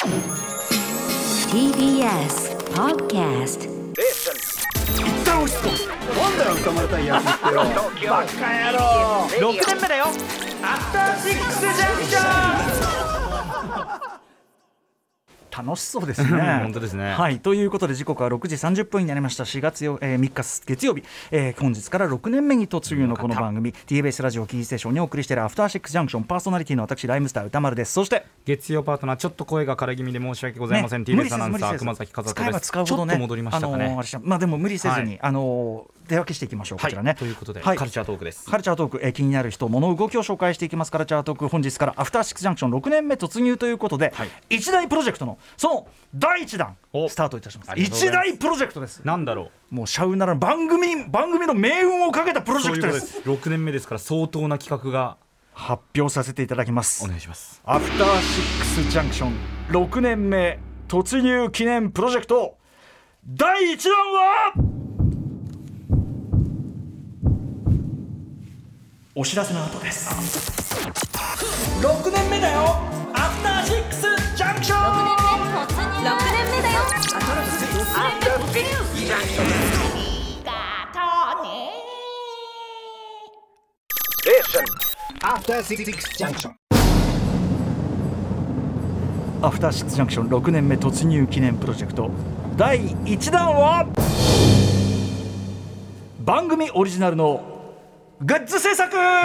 TBS Podcast。 一旦押し込む。なんだよ歌丸たいやつってよ。バカ野郎。 6年目だよ。アフターシックスジャンクション。 楽しそうですね。 本当ですね。 はい、ということで時刻は6時30分になりました。4月3日月曜日、本日から6年目に突入のこの番組 TBS ラジオキーステーションにお送りしているアフターシックスジャンクション、パーソナリティの私ライムスター歌丸です。そして月曜パートナー、ちょっと声が枯れ気味で申し訳ございません、TBS アナウンサー熊崎和人です。 使えば使うほどね、 ちょっと戻りましたかね。 まあでも無理せずに、手分けしていきましょう。こちらね、 ということで、 はい、 カルチャートークです。 カルチャートーク、気になる人物動きを紹介していきます。カルチャートーク、本日からアフターシックスジャンクション6年目突入ということで、一大プロジェクトのその第1弾スタートいたします。一大プロジェクトです。 なんだろう、もうシャウナラの番組の命運をかけたプロジェクトです。 6年目ですから相当な企画が発表させていただきます。 お願いします。 アフターシックスジャンクション6年目突入記念プロジェクト第1弾はお知らせの後です。6年目だよ。アフターシックスジャンクション 6年目だよ。 アフターシックスジャンクション。 アフターシックスジャンクションアフターシックスジャンクション6年目突入記念プロジェクト第1弾は番組オリジナルのグッズ制作。や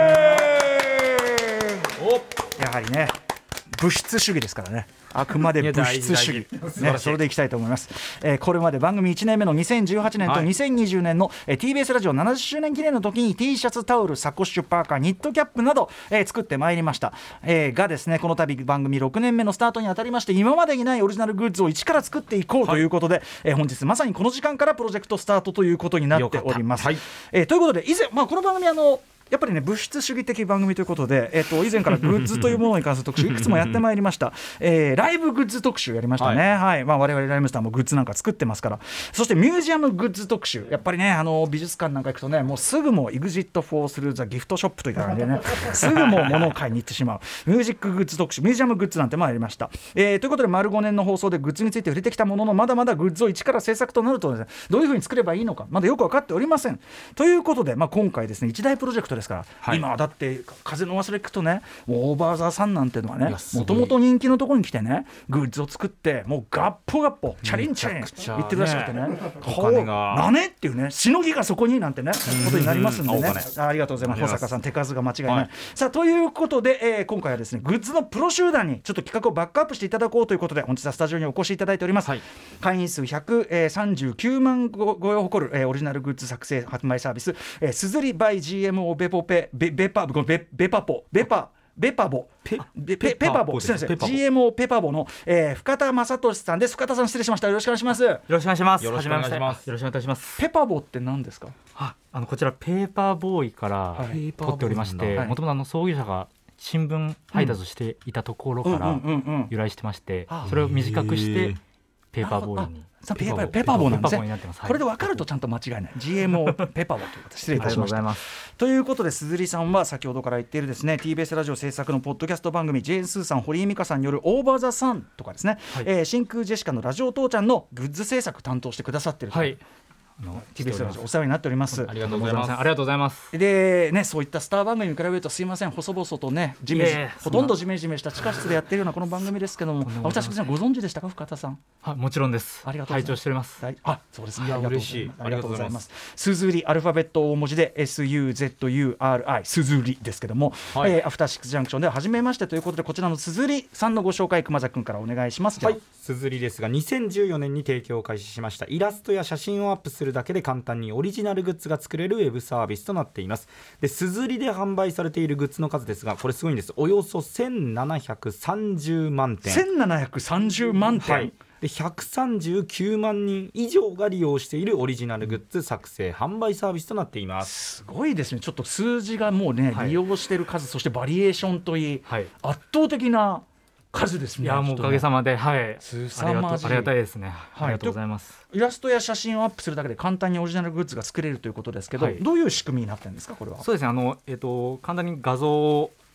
はりね、物質主義ですからね。あくまで物質主義、ね、それでいきたいと思います。これまで番組1年目の2018年と2020年の、TBS ラジオ70周年記念の時に T シャツ、タオル、サコッシュ、パーカー、ニットキャップなど、作ってまいりました。がですね、この度番組6年目のスタートにあたりまして、今までにないオリジナルグッズを一から作っていこうということで、本日まさにこの時間からプロジェクトスタートということになっております。ということで以前、この番組やっぱりね、物質主義的番組ということで、以前からグッズというものに関する特集いくつもやってまいりました。ライブグッズ特集やりましたね。はい、我々ライムスターもグッズなんか作ってますから。そしてミュージアムグッズ特集、やっぱりね、美術館なんか行くとね、もうすぐもう EXIT for through the gift shop という感じでねすぐもう物を買いに行ってしまうミュージックグッズ特集、ミュージアムグッズなんてやりました。ということで丸5年の放送でグッズについて触れてきたものの、まだまだグッズを一から制作となるとですね、どういうふうに作ればいいのかまだよく分かっておりません。ということで、今回ですね、一大プロジェクトですから、今だって風の忘れ聞くとね、オーバーザさんなんてのはね、もともと人気のところに来てね、グッズを作ってもうガッポガッポチャリンチャリン言ってるらしくてね、 お金がなねっていうね、しのぎがそこになんてねことになりますんでね、ありがとうございます。保坂さん手数が間違いない。さあ、ということで、今回はですね、グッズのプロ集団にちょっと企画をバックアップしていただこうということで、本日はスタジオにお越しいただいております。会員数139万超えを誇る、オリジナルグッズ作成発売サービス、すずり by GMO ベポペベパボすみません、GMO ペパボの、深田正俊さんです。深田さん、失礼しました。よろしくお願いします。 よろしくお願いします。 よろしくお願いします。 よろしくお願いします。 ペパボって何ですか？ こちらペーパーボーイから取っておりまして、もともと創業者が新聞配達していたところから由来してまして、それを短くしてペーパーボーイに。 ペパボなんですね。これで分かるとちゃんと間違いない。 GMO ペパボということで失礼いたしました。ということで、鈴木さんは先ほどから言っているですね、 TBS ラジオ制作のポッドキャスト番組、ジェーン・スーさん、堀井美香さんによるオーバーザサンとかですね、真空ジェシカのラジオ父ちゃんのグッズ制作担当してくださっているという、TBS ラジオお世話になっております。 ありがとうございます。ありがとうございます。 でね、そういったスター番組に比べるとすいません、細々とね、ほとんどジメジメした地下室でやってるようなこの番組ですけども、私ご存知でしたか、深田さん？ もちろんです。 ありがとうございます。 拝聴しております。 そうですね。 嬉しい。 ありがとうございます。すずり、アルファベット大文字で SUZURI すずりですけども、アフターシックスジャンクションでは初めましてということで、こちらのすずりさんのご紹介、熊崎君からお願いします。 すずりですが、2014年に提供を開始しました。イラストや写真をアップするだけで簡単にオリジナルグッズが作れるウェブサービスとなっています。で、すずりで販売されているグッズの数ですが、これすごいんです。およそ1730万点。 1730万点、 で139万人以上が利用しているオリジナルグッズ作成販売サービスとなっています。 すごいですね。ちょっと数字がもうね、利用している数、そしてバリエーションといい、圧倒的な数ですね。 いや、もうおかげさまで、 凄まじい。 ありがたいですね。ありがとうございます。 イラストや写真をアップするだけで簡単にオリジナルグッズが作れるということですけど、どういう仕組みになってるんですか、これは？ そうですね、簡単に画像を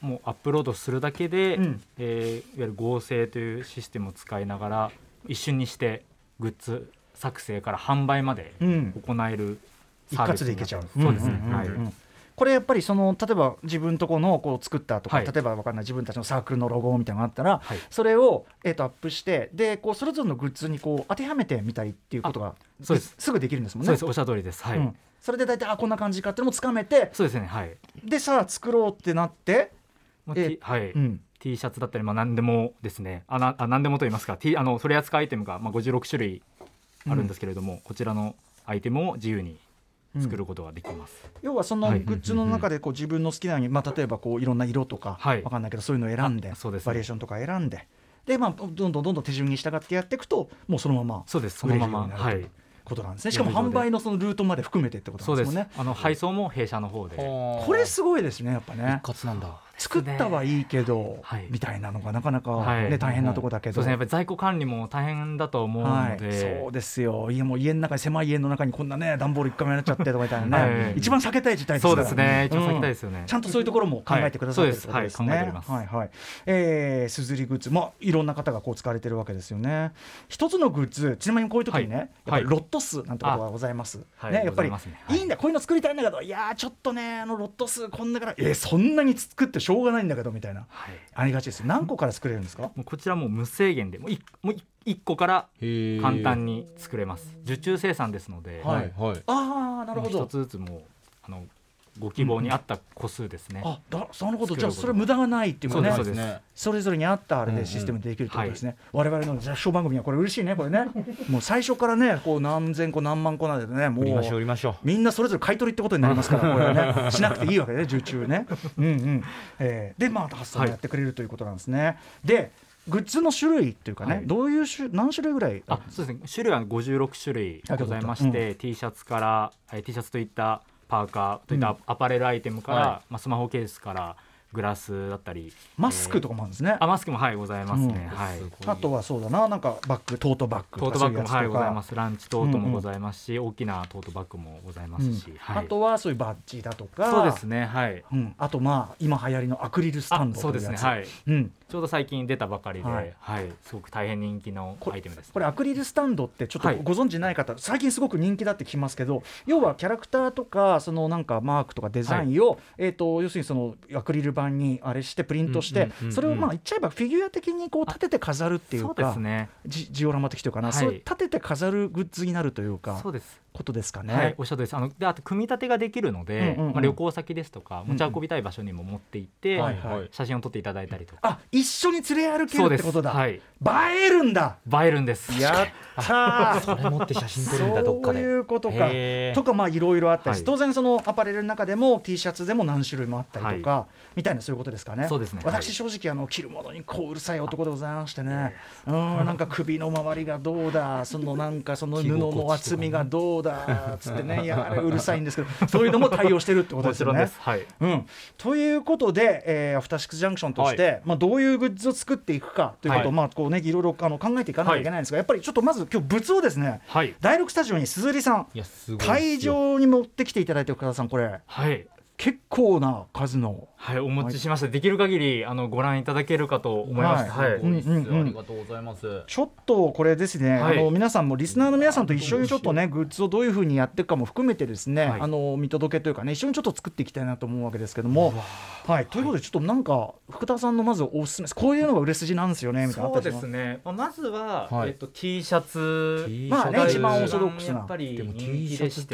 もうアップロードするだけで、いわゆる合成というシステムを使いながら一瞬にしてグッズ作成から販売まで行えるサービス一括でいけちゃう。 そうですね、 これやっぱり例えば自分とこのこう作ったとか、 はい、 例えば分かんない自分たちのサークルのロゴみたいなのがあったら、 はい、 それを、アップしてでこうそれぞれのグッズにこう当てはめてみたりっていうことがそうですすぐできるんですもんね。 そうです、おっしゃる通りです、はい、 それで大体こんな感じかっていうのもつかめて、 そうですね、はい、 でさあ作ろうってなって、 はい、T シャツだったり、何でもですね、何でもと言いますか、取り扱いアイテムが56種類あるんですけれども、こちらのアイテムを自由に作ることができます。 要はそのグッズの中でこう自分の好きなように、例えばこういろんな色とか、分かんないけどそういうのを選んで、 そうですね、 バリエーションとか選んで、でどんどん手順に従ってやっていくと、もうそのままそうです、そのまま、はい、 ことなんですね。しかも販売のそのルートまで含めてってことなんですもんね。 そうです、配送も弊社の方で。 これすごいですね、やっぱね。 一括なんだ。 作ったはいいけど、みたいなのがなかなか、大変なとこだけど、 そうですね、やっぱり在庫管理も大変だと思うので、 そうですよ。もう家の中に、狭い家の中にこんなね段ボール一回もやっちゃってとかみたいなね、一番避けたい事態ですから。 そうですね、一番避けたいですよね。 ちゃんとそういうところも考えてくださってるってことですね。すずりグッズ、いろんな方がこう使われてるわけですよね。一つのグッズ、ちなみにこういう時にね、やっぱりロット数なんてことがございます。やっぱりいいんだ、こういうの作りたいんだけど、いやちょっとねロット数こんだからそんなに作ってしょうがないんだけどみたいな、ありがちです。何個から作れるんですか？ もうこちらも無制限でもう1個から簡単に作れます。受注生産ですので、 なるほど。 一つずつもご希望に合った個数ですね。 なるほど。じゃあそれ無駄がないっていうかね。 そうです。 それぞれに合ったあれでシステムでできるってことですね。我々の雑誌番組はこれ嬉しいね、これね。もう最初からね、こう何千個何万個なんでね、もう売りましょう。 みんなそれぞれ買い取りってことになりますから、これはねしなくていいわけね、受注ね。で発送やってくれるということなんですね。でグッズの種類っていうかね、どういう何種類ぐらい？ そうですね、種類は56種類ございまして、T シャツから T シャツといったパーカーといったアパレルアイテムから、スマホケースからグラスだったり、 マスクとかもあるんですね。 マスクもございますね。 あとはそうだな、なんかバッグ、トートバッグもございます。ランチトートもございますし、大きなトートバッグもございますし、 あとはそういうバッジだとか、 そうですね、 あと今流行りのアクリルスタンドというやつ、 そうですね、ちょうど最近出たばかりで、すごく大変人気のアイテムです。 これアクリルスタンドってちょっとご存知ない方、最近すごく人気だって聞きますけど、要はキャラクターとかそのなんかマークとかデザインを、要するにそのアクリル板にあれしてプリントして、それを言っちゃえばフィギュア的にこう立てて飾るっていうか、 そうですね、 ジオラマ的というかな、そう立てて飾るグッズになるというか、 そうですことですかね。 おっしゃるとおりです。であと組み立てができるので、旅行先ですとか持ち運びたい場所にも持って行って、写真を撮っていただいたりとか、 一緒に連れ歩けるってことだ。映えるんだ。 映えるんです。 やったそれ持って写真撮るんだ、どっかで。 そういうことか。とかいろいろあったり、当然そのアパレルの中でも T シャツでも何種類もあったりとか、みたいなそういうことですかね。 そうですね。 私正直着るものにこううるさい男でございましてね、なんか首の周りがどうだ、そのなんかその布の厚みがどうだつってね、いやあれうるさいんですけど、そういうのも対応してるってことですよね。ということで、アフターシックスジャンクションとして、どういうグッズを作っていくかということをこうねいろいろ考えていかなきゃいけないんですが、やっぱりちょっとまず今日物をですね、第6スタジオに鈴木さん会場に持ってきていただいてる方さん、これ結構な数のお持ちしました。できる限りご覧いただけるかと思います。 ありがとうございます。 ちょっとこれですね、皆さんもリスナーの皆さんと一緒にちょっとねグッズをどういう風にやっていくかも含めてですね、見届けというかね、一緒にちょっと作っていきたいなと思うわけですけども、ということでちょっとなんか福田さんのまずおすすめです。こういうのが売れ筋なんですよねみたいな。 そうですね、まずはT シャツ、 一番オーソドックスな、 やっぱり人気でして、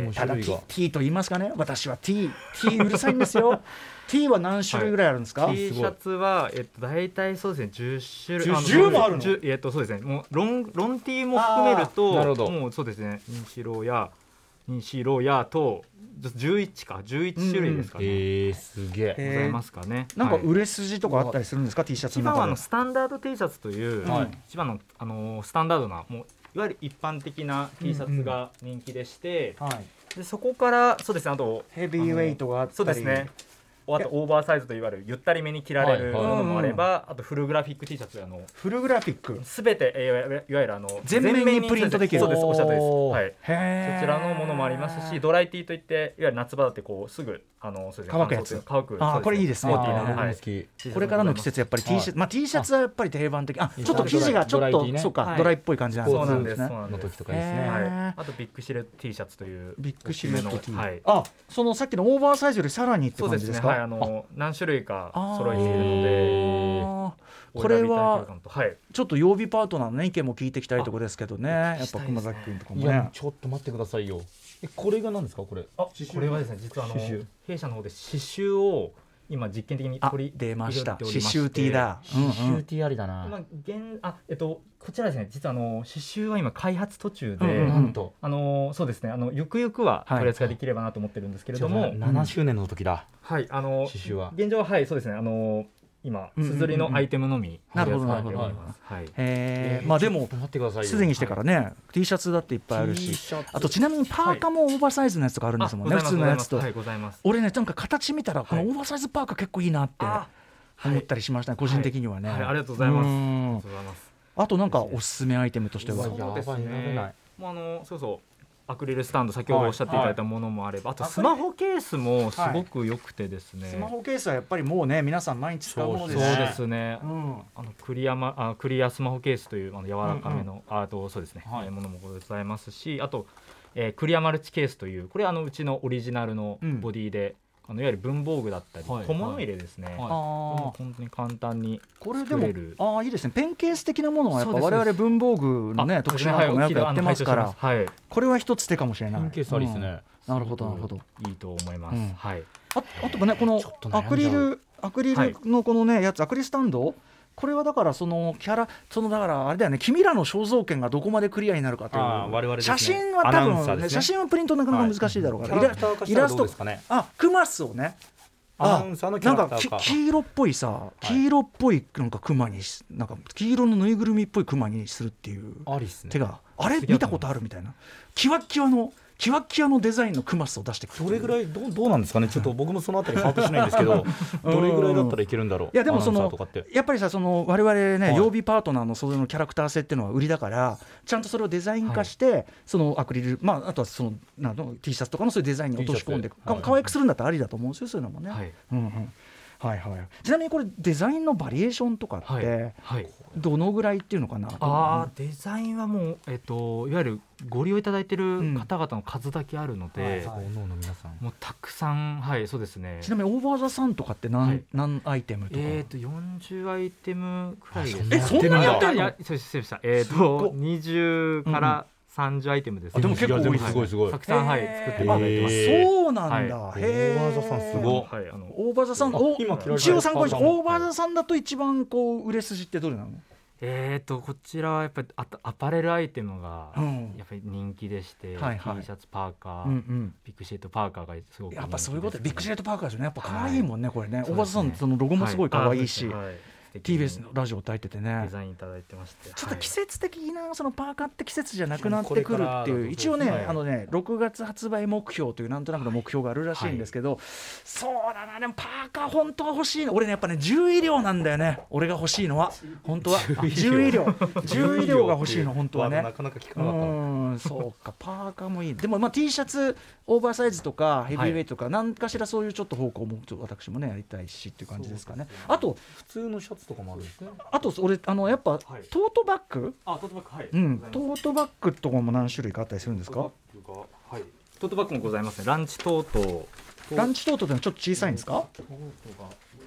ただ T と言いますかね、私は T うるさいんですよ。T は何種類ぐらいあるんですか？ T シャツは大体そうですね10種類。 10もあるの？ そうですね。もうロン T も含めると、もうそうですね、西ロヤと11種類ですかね。 すげえ。 ございますかね。 なんか売れ筋とかあったりするんですか？ T シャツの中で。 一番はスタンダード T シャツという、一番のスタンダードな、もういわゆる一般的な T シャツが人気でして、でそこからそうですね、あとヘビーウェイトがあったり、 そうですね、 あとオーバーサイズといわれるゆったりめに着られるものもあれば、あとフルグラフィック T シャツフルグラフィックすべていわゆる全面にプリントできる。 そうです、おっしゃるとおりです。 はい。 そちらのものもありますし、ドライ T といっていわゆる夏場だってこうすぐそうですね、 乾くやつ。 乾く。 これいいですね。これからの季節やっぱり T シャツ、T シャツはやっぱり定番的。ちょっと生地がちょっとそうかドライっぽい感じなんですね。 そうなんです。 の時とかですね。 あとビッグシルエット T シャツというビッグシルエット T。そのさっきのオーバーサイズよりさらにって感じですか。 そうですね。何種類か揃えているので。 これはちょっと曜日パートナーの意見も聞いていきたいところですけどね。やっぱ熊崎君とかもね。 ちょっと待ってくださいよ。これが何ですかこれ。 これはですね、実は弊社の方で刺繍を今実験的に取り出ました。刺繍 T だ。 刺繍 T ありだな。 こちらですね、実は刺繍は今開発途中で、なんとそうですね、ゆくゆくは取り扱いできればなと思ってるんですけれども、 7周年の時だ。 はい、 刺繍は現状はそうですね、今すずりのアイテムのみなるほどなるほど。まあでもすでにしてからね T シャツだっていっぱいあるし、あとちなみにパーカもオーバーサイズのやつがあるんですもんね、普通のやつと。俺ねなんか形見たらこのオーバーサイズパーカ結構いいなって思ったりしましたね、個人的にはね。 ありがとうございます。 あとなんかおすすめアイテムとしては。 そうですね、そうアクリルスタンド、先ほどおっしゃっていただいたものもあれば、あとスマホケースもすごく良くてですね。 スマホケースはやっぱりもうね皆さん毎日使うものですね。 そうですね。クリアスマホケースという柔らかめのそうですね、ものもございますし、あとクリアマルチケースという、これうちのオリジナルのボディで、いわゆる文房具だったり小物入れですね、本当に簡単に作れる。 これでもいいですね、ペンケース的なものはやっぱ我々文房具のね特殊なものもよくやってますから、これは一つ手かもしれない。 ペンケースありですね。 なるほどなるほど、 いいと思います。 あとねこのアクリルのこのねやつ、アクリルスタンド、これはだからそのキャラだからあれだよね、君らの肖像権がどこまでクリアになるかという。 我々 写真は多分ね、写真はプリントなかなか難しいだろうから、イラストクマスをね、なんか黄色っぽいなんかクマに、なんか黄色のぬいぐるみっぽいクマにするっていう手があれ見たことあるみたいな、キワッキワのデザインのクマスを出してくる。 どれぐらいどうなんですかね、ちょっと僕もそのあたり把握しないんですけどどれぐらいだったらいけるんだろう。 いやでもやっぱりさ、我々ね曜日パートナーのそのキャラクター性っていうのは売りだから、ちゃんとそれをデザイン化して、そのアクリル、あとはそのT シャツとかのそういうデザインに落とし込んで可愛くするんだったらありだと思うんですよ、そういうのもね。ちなみにこれデザインのバリエーションとかってどのぐらいっていうのかな。 デザインはもう、いわゆるご利用いただいている方々の数だけあるので、もうたくさん、そうですね。 ちなみにオーバーザさんとかって何アイテムとか。 40アイテムくらいですね。そんなにやってんの？ そうでした。20から30アイテムです。 でも結構多いです。 すごいたくさん作っていただいてます。 そうなんだ。 オーバーザさんすごい。 オーバーザさん、一応参考にして、オーバーザさんだと一番こう売れ筋ってどれなの？ こちらはやっぱりアパレルアイテムがやっぱり人気でして、T シャツ、パーカー、ビッグシートパーカーがすごく人気です。 やっぱそういうことでビッグシートパーカーですよね。やっぱ可愛いもんねこれね。オーバーザさんそのロゴもすごい可愛いし。TBS のラジオ歌えててね、 デザインいただいてまして、 ちょっと季節的なそのパーカーって季節じゃなくなってくるっていう、一応ね6月発売目標というなんとなくの目標があるらしいんですけど、そうだな、でもパーカー本当は欲しいの。俺ねやっぱね10医療なんだよね、俺が欲しいのは。本当は10医療が欲しいの本当はね。 なかなか聞かなかった。 そうか、パーカーもいい。でもT シャツオーバーサイズとかヘビーウェイトとか何かしらそういうちょっと方向も私もねやりたいしっていう感じですかね。あと普通のシャツとかもあるんですね。 あと俺やっぱトートバッグ、トートバッグとかも何種類かあったりするんですか？ トートバッグもございますね。ランチトートってのはちょっと小さいんですか？ トートが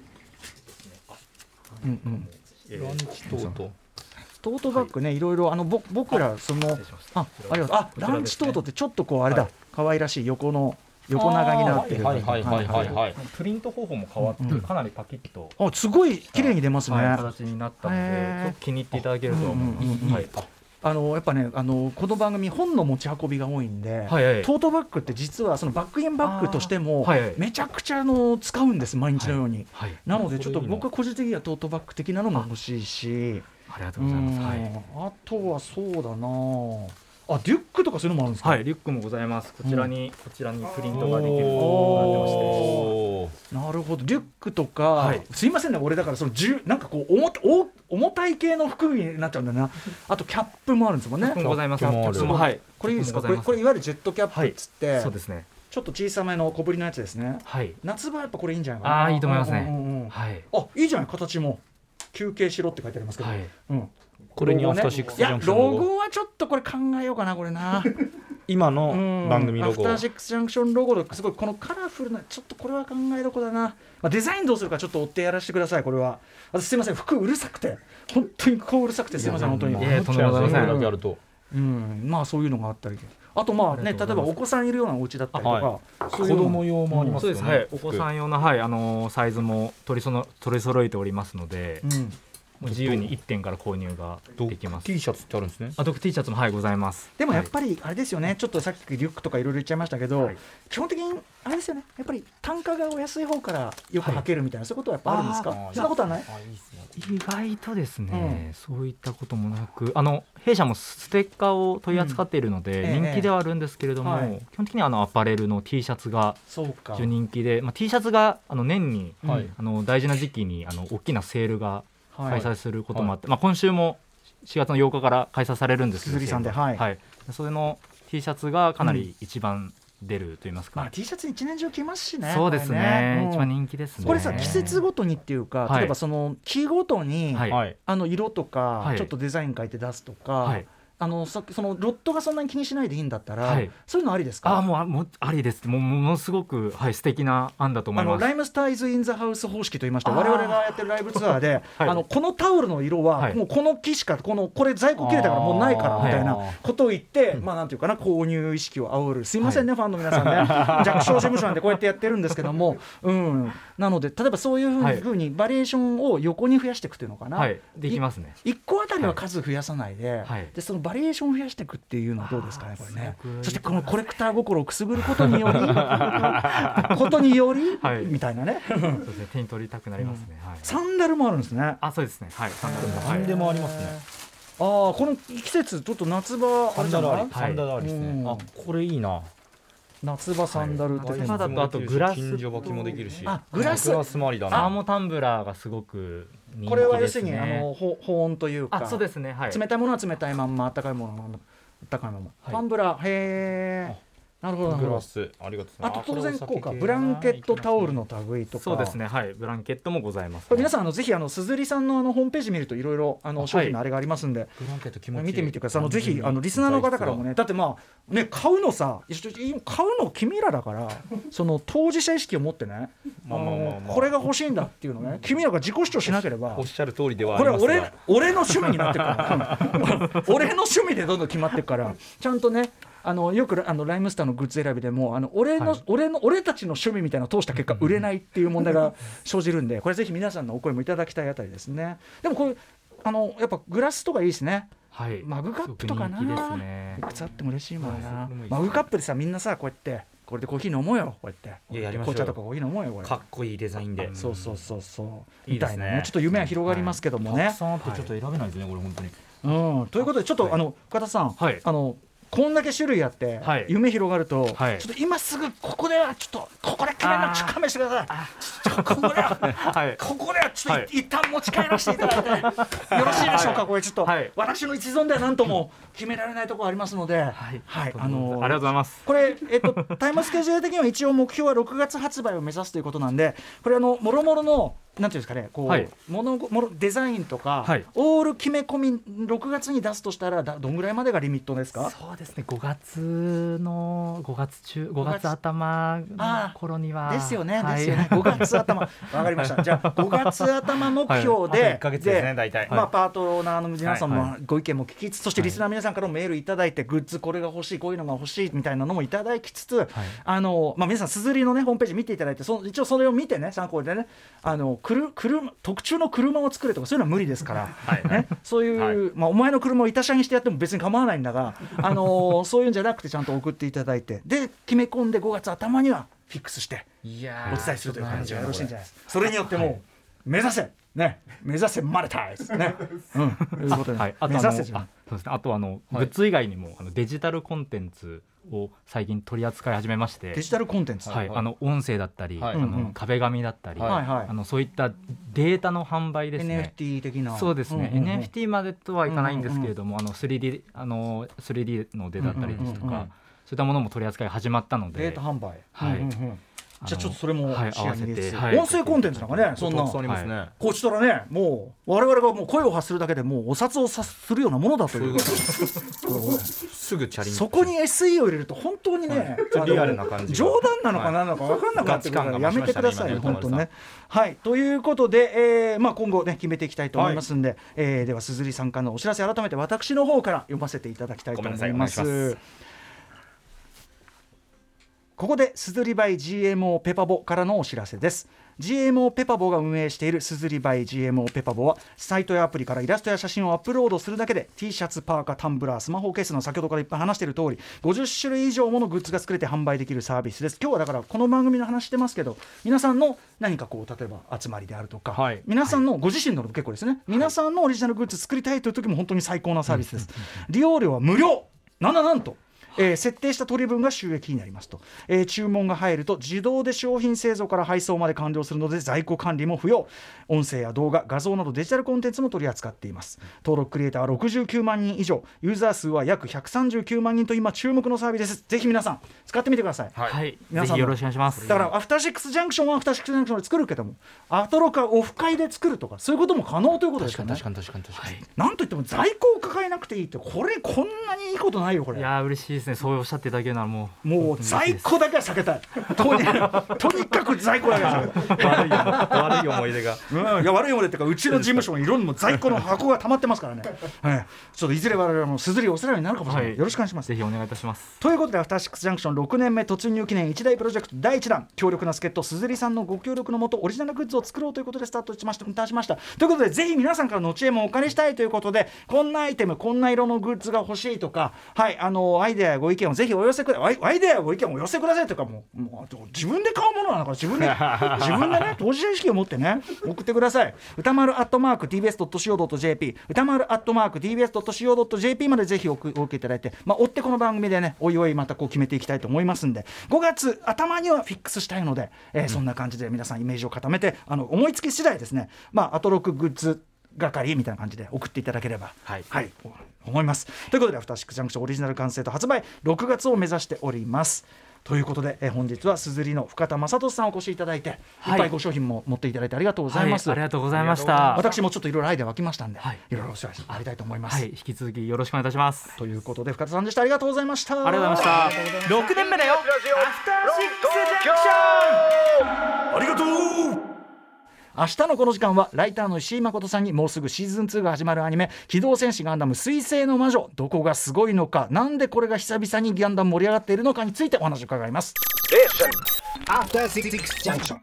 ランチトート。 トートバッグね、いろいろ僕らそのランチトートってちょっとこうあれだ、可愛らしい横長になってる。 プリント方法も変わってかなりパキッと、 すごい綺麗に出ますね。 形になったので気に入っていただけると思います。 やっぱねこの番組本の持ち運びが多いんで、トートバッグって実はそのバックインバッグとしてもめちゃくちゃ使うんです、毎日のように。なのでちょっと僕は個人的にはトートバッグ的なのも欲しいし。 ありがとうございます。 あとはそうだな、 あ、リュックとかそういうのもあるんですか。 はい、リュックもございます。こちらにプリントができるとなってまして。 なるほど、リュックとか、すいませんね、俺だからそのなんかこう重たい系の服になっちゃうんだな。あとキャップもあるんですもんね。 ございます。 はい、これいいですか。これいわゆるジェットキャップっつって、 そうですね。 ちょっと小さめの小ぶりのやつですね。 はい。 夏場やっぱこれいいんじゃないかな。 ああ、いいと思いますね。 はい。あ、いいじゃない、形も休憩しろって書いてありますけど。うん。 これにアフターシックスジャンクションロゴはちょっとこれ考えようかな、これな。 今の番組ロゴ、 アフターシックスジャンクションロゴすごいこのカラフルな、ちょっとこれは考えどこだな。まあ、デザインどうするかちょっと追ってやらせてください。これは私すいません、服うるさくて本当にこううるさくてすいません本当に。 とんでもございません。まあそういうのがあったり、あとまあね、例えばお子さんいるようなお家だったりとか、 子供用もありますよね。 そうですね。お子さん用のサイズも取り揃えておりますので。自由に1点から購入ができます。 T シャツってあるんですね。 ドッグ T シャツもございます。 でもやっぱりあれですよね、ちょっとさっきリュックとかいろいろ言っちゃいましたけど、基本的にあれですよね、やっぱり単価がお安い方からよく履けるみたいな、そういうことはやっぱあるんですか。そんなことはない。 意外とですね、そういったこともなく、弊社もステッカーを取り扱っているので人気ではあるんですけれども、基本的にアパレルの T シャツが人気で、T シャツが年に大事な時期に大きなセールが開催することもあって、今週も4月の8日から開催されるんですけど、それの T シャツがかなり一番出ると言いますか、 T シャツ一年中着ますしね。 そうですね、一番人気ですね。 これさ、季節ごとにっていうか、例えばその木ごとに色とかちょっとデザイン書いて出すとか、そのロットがそんなに気にしないでいいんだったら、そういうのありですか。 もうありです。ものすごく素敵な案だと思います。 ライムスターイズインザハウス方式といいまして、我々がやってるライブツアーでこのタオルの色はもうこの木しかこれ在庫切れたからもうないからみたいなことを言って、なんていうかな、購入意識を煽る。すいませんね、ファンの皆さんね、弱小事務所なんでこうやってやってるんですけども、なので例えばそういうふうにバリエーションを横に増やしていくっていうのかな、 できますね。 1個あたりは数増やさないで、そのバリエーションを増やしていくっていうのはどうですかね、これね。そしてこのコレクター心をくすぐることによりみたいなね。 手に取りたくなりますね。 サンダルもあるんですね。 そうですね。サンダルも何でもありますね。 この季節ちょっと夏場サンダルありですね。これいいな。 夏場サンダルって今だとあとグラス近所履きもできるし、 グラスもありだな。 サーモタンブラーがすごく人気ですね。 これは要するに保温というか、 そうですね。 冷たいものは冷たいまんま、温かいものは温かいまま。タンブラー、へえ。なるほど。 グラスありがとうございます。 あと当然こうか、ブランケットタオルの類とか。 そうですね。ブランケットもございます。 これ皆さんぜひすずりさんのホームページ見るといろいろ商品のあれがありますんで、 ブランケット気持ちいい。 見てみてください。ぜひリスナーの方からもね、だって買うのさ、買うの君らだから、その当事者意識を持ってね、これが欲しいんだっていうのね、君らが自己主張しなければ、 おっしゃる通りではありますが、 これ俺の趣味になってるから俺の趣味でどんどん決まってるから、ちゃんとね、よくライムスターのグッズ選びでも俺たちの趣味みたいなのを通した結果売れないっていう問題が生じるんで、これぜひ皆さんのお声もいただきたいあたりですね。でもこれやっぱグラスとかいいですね。マグカップとかな、いくつあっても嬉しいもんな。マグカップでさ、みんなさ、こうやってこれでコーヒー飲もうよ、こうやって紅茶とかコーヒー飲もうよ、これかっこいいデザインで。 そうみたいなね、ちょっと夢は広がりますけどもね。 たくさんあってちょっと選べないですね、これ本当に。 ということでちょっと深田さん、こんだけ種類あって、夢広がると、ちょっと今すぐここではちょっとここで決めるの勘弁してください。ここではちょっと一旦持ち帰らせていただいてよろしいでしょうか。これちょっと私の一存では何とも決められないところありますので、 ありがとうございます。 これタイムスケジュール的には一応目標は6月発売を目指すということなんで、これもろもろのなんていうんですかね、こうデザインとか、オール決め込み6月に出すとしたらどんぐらいまでがリミットですか。 そうですね、5月頭の頃にはですよね、5月頭わかりました。じゃあ5月頭目標で、 1ヶ月ですね、大体。 パートナーの皆さんもご意見も聞きつつ、そしてリスナーの皆さんからもメールいただいて、グッズこれが欲しい、こういうのが欲しいみたいなのもいただきつつ、皆さんすずりのねホームページ見ていただいて、一応それを見てね、参考でね、特注の車を作れとかそういうのは無理ですから、そういう、お前の車を板車にしてやっても別に構わないんだが、そういうんじゃなくてちゃんと送っていただいて、で決め込んで5月頭にはフィックスしてお伝えするという感じがよろしいんじゃないですか。それによってもう目指せマネタイズね、ということで、 あとそうですね、あとグッズ以外にもデジタルコンテンツを最近取り扱い始めまして。 デジタルコンテンツ、 はい、音声だったり、壁紙だったり、そういったデータの販売ですね。 NFT 的な。 そうですね、NFT までとはいかないんですけれども、3D のデータだったりですとか、そういったものも取り扱い始まったので。 データ販売、 はい、 じゃあちょっとそれも視野に入れて、 はい、 音声コンテンツなんかね、そんなこちとらね、もう我々がもう声を発するだけでもうお札を察するようなものだというすぐチャリン、 そこに SE を入れると本当にね、 リアルな感じ、 冗談なのか何なのか分かんなくなってくるからやめてくださいよ本当にね。はい、ということで、今後ね決めていきたいと思いますんで、では鈴木さんからのお知らせ、改めて私の方から読ませていただきたいと思います。ここでスズリバイ GMO ペパボからのお知らせです。 GMO ペパボが運営しているスズリバイ GMO ペパボはサイトやアプリからイラストや写真をアップロードするだけで T シャツ、パーカー、タンブラー、スマホケースの先ほどからいっぱい話している通り50種類以上ものグッズが作れて販売できるサービスです。今日はだからこの番組の話してますけど、皆さんの何かこう例えば集まりであるとか、皆さんのご自身の結構ですね、皆さんのオリジナルグッズ作りたいという時も本当に最高なサービスです。利用料は無料、なんと設定した取り分が収益になりますと、注文が入ると自動で商品製造から配送まで完了するので在庫管理も不要。音声や動画、画像などデジタルコンテンツも取り扱っています。登録クリエイターは69万人以上、ユーザー数は約139万人と今注目のサービスです。ぜひ皆さん使ってみてください。 はい、ぜひよろしくお願いします。 だからアフターシックスジャンクションはアフターシックスジャンクションで作るけども、アトロクはオフ会で作るとかそういうことも可能ということですよね。 確かになんといっても在庫を抱えなくていいって、こんなにいいことないよこれ。 いや嬉しいですね、そうおっしゃっていただけるのはもう在庫だけは避けたいとにかく在庫だけは避けたい悪い思い出が、 いや悪い思い出っていうか、うちの事務所にいろんな在庫の箱が溜まってますからね、ちょっといずれ我々もすずりお世話になるかもしれない、よろしくお願いします。 ぜひお願いいたします。 ということでアフターシックスジャンクション6年目突入記念一大プロジェクト第1弾、強力な助っ人すずりさんのご協力のもとオリジナルグッズを作ろうということでスタートいたしました。ということでぜひ皆さんからのお知恵もお借りしたいということで、こんなアイテム、こんな色のグッズが欲しいとか、アイデアやご意見をぜひお寄せください。アイデアやご意見をお寄せくださいとか、もう自分で買うものなのから自分でね当事者意識を持ってね送ってください。歌丸@tbs.co.jp 歌丸@tbs.co.jp までぜひお受けいただいて、追ってこの番組でねおいおいまたこう決めていきたいと思いますんで、5月頭にはフィックスしたいので、そんな感じで皆さんイメージを固めて、思いつき次第ですね、アトロクグッズ係みたいな感じで送っていただければ、思います。ということでアフターシックスジャンクションオリジナル完成と発売6月を目指しております。ということで、本日はすずりの深田正俊さんお越しいただいて、いっぱいご商品も持っていただいてありがとうございます。 ありがとうございました。 私もちょっといろいろアイデア湧きましたんで、いろいろお世話になりたいと思います。 引き続きよろしくお願いいたします。 ということで深田さんでした。ありがとうございました。 ありがとうございました。6年目だよ、アフターシックスジャンクション。 ありがとう。明日のこの時間はライターの石井誠さんにもうすぐシーズン2が始まるアニメ機動戦士ガンダム水星の魔女、どこがすごいのか、なんでこれが久々にガンダム盛り上がっているのかについてお話を伺います。